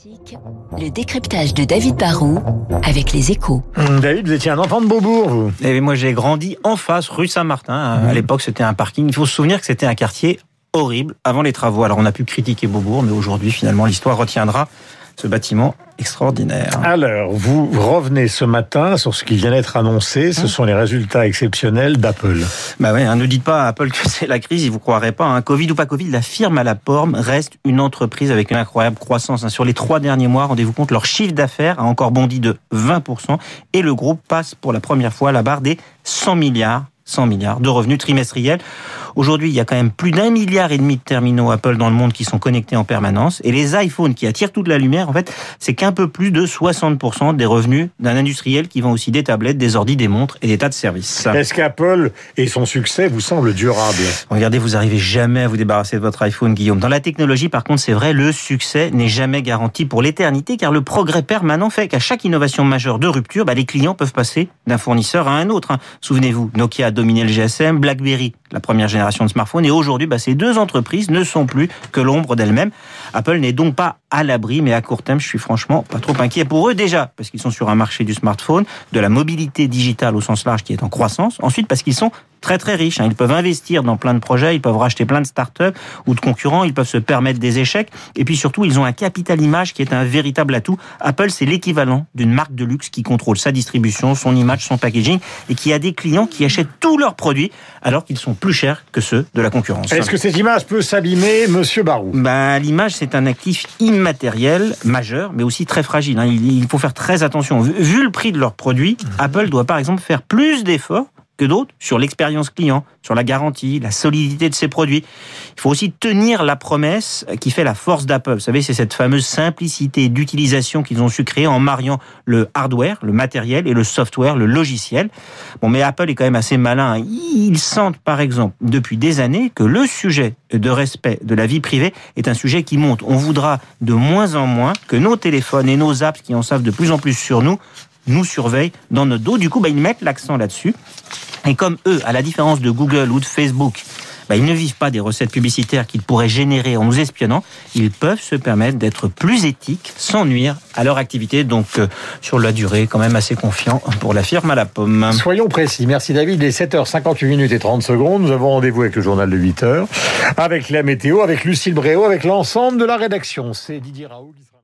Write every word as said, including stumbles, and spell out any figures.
Classique, le décryptage de David Barrault avec les Échos. Hum, David, vous étiez un enfant de Beaubourg, vous. Et moi, j'ai grandi en face, rue Saint-Martin. À, à l'époque, c'était un parking. Il faut se souvenir que c'était un quartier horrible avant les travaux. Alors, on a pu critiquer Beaubourg, mais aujourd'hui, finalement, l'histoire retiendra ce bâtiment extraordinaire. Alors, vous revenez ce matin sur ce qui vient d'être annoncé. Ce sont les résultats exceptionnels d'Apple. Bah ouais, hein, ne dites pas à Apple que c'est la crise, ils vous croiraient pas. Hein. Covid ou pas Covid, la firme à la pomme reste une entreprise avec une incroyable croissance. Hein. Sur les trois derniers mois, rendez-vous compte, leur chiffre d'affaires a encore bondi de vingt pour cent et le groupe passe pour la première fois la barre des cent milliards de revenus trimestriels. Aujourd'hui, il y a quand même plus d'un milliard et demi de terminaux Apple dans le monde qui sont connectés en permanence. Et les iPhones qui attirent toute la lumière, en fait, c'est qu'un peu plus de soixante pour cent des revenus d'un industriel qui vend aussi des tablettes, des ordis, des montres et des tas de services. Est-ce qu'Apple et son succès vous semblent durables ? Regardez, vous arrivez jamais à vous débarrasser de votre iPhone, Guillaume. Dans la technologie, par contre, c'est vrai, le succès n'est jamais garanti pour l'éternité, car le progrès permanent fait qu'à chaque innovation majeure de rupture, bah, les clients peuvent passer d'un fournisseur à un autre. Hein. Souvenez-vous, Nokia a dominé le G S M, BlackBerry, la première génération de smartphones, et aujourd'hui, bah, ces deux entreprises ne sont plus que l'ombre d'elles-mêmes. Apple n'est donc pas à l'abri, mais à court terme, je suis franchement pas trop inquiet pour eux, déjà, parce qu'ils sont sur un marché du smartphone, de la mobilité digitale au sens large qui est en croissance. Ensuite, parce qu'ils sont très très riches. Ils peuvent investir dans plein de projets, ils peuvent racheter plein de startups ou de concurrents, ils peuvent se permettre des échecs. Et puis surtout, ils ont un capital image qui est un véritable atout. Apple, c'est l'équivalent d'une marque de luxe qui contrôle sa distribution, son image, son packaging, et qui a des clients qui achètent tous leurs produits alors qu'ils sont plus chers que ceux de la concurrence. Est-ce que cette image peut s'abîmer, monsieur Barrault ? Ben, l'image, c'est un actif immatériel majeur, mais aussi très fragile. Il faut faire très attention. Vu le prix de leurs produits, Apple doit par exemple faire plus d'efforts que d'autres sur l'expérience client, sur la garantie, la solidité de ses produits. Il faut aussi tenir la promesse qui fait la force d'Apple. Vous savez, c'est cette fameuse simplicité d'utilisation qu'ils ont su créer en mariant le hardware, le matériel, et le software, le logiciel. Bon, mais Apple est quand même assez malin. Ils sentent, par exemple, depuis des années, que le sujet de respect de la vie privée est un sujet qui monte. On voudra de moins en moins que nos téléphones et nos apps qui en savent de plus en plus sur nous nous surveillent dans notre dos. Du coup, bah, ils mettent l'accent là-dessus. Et comme eux, à la différence de Google ou de Facebook, bah, ils ne vivent pas des recettes publicitaires qu'ils pourraient générer en nous espionnant, ils peuvent se permettre d'être plus éthiques sans nuire à leur activité. Donc, euh, sur la durée, quand même assez confiant pour la firme à la pomme. Soyons précis. Merci David. Il est sept heures cinquante-huit minutes et trente secondes. Nous avons rendez-vous avec le journal de huit heures, avec la météo, avec Lucille Bréau, avec l'ensemble de la rédaction. C'est Didier Raoult qui sera...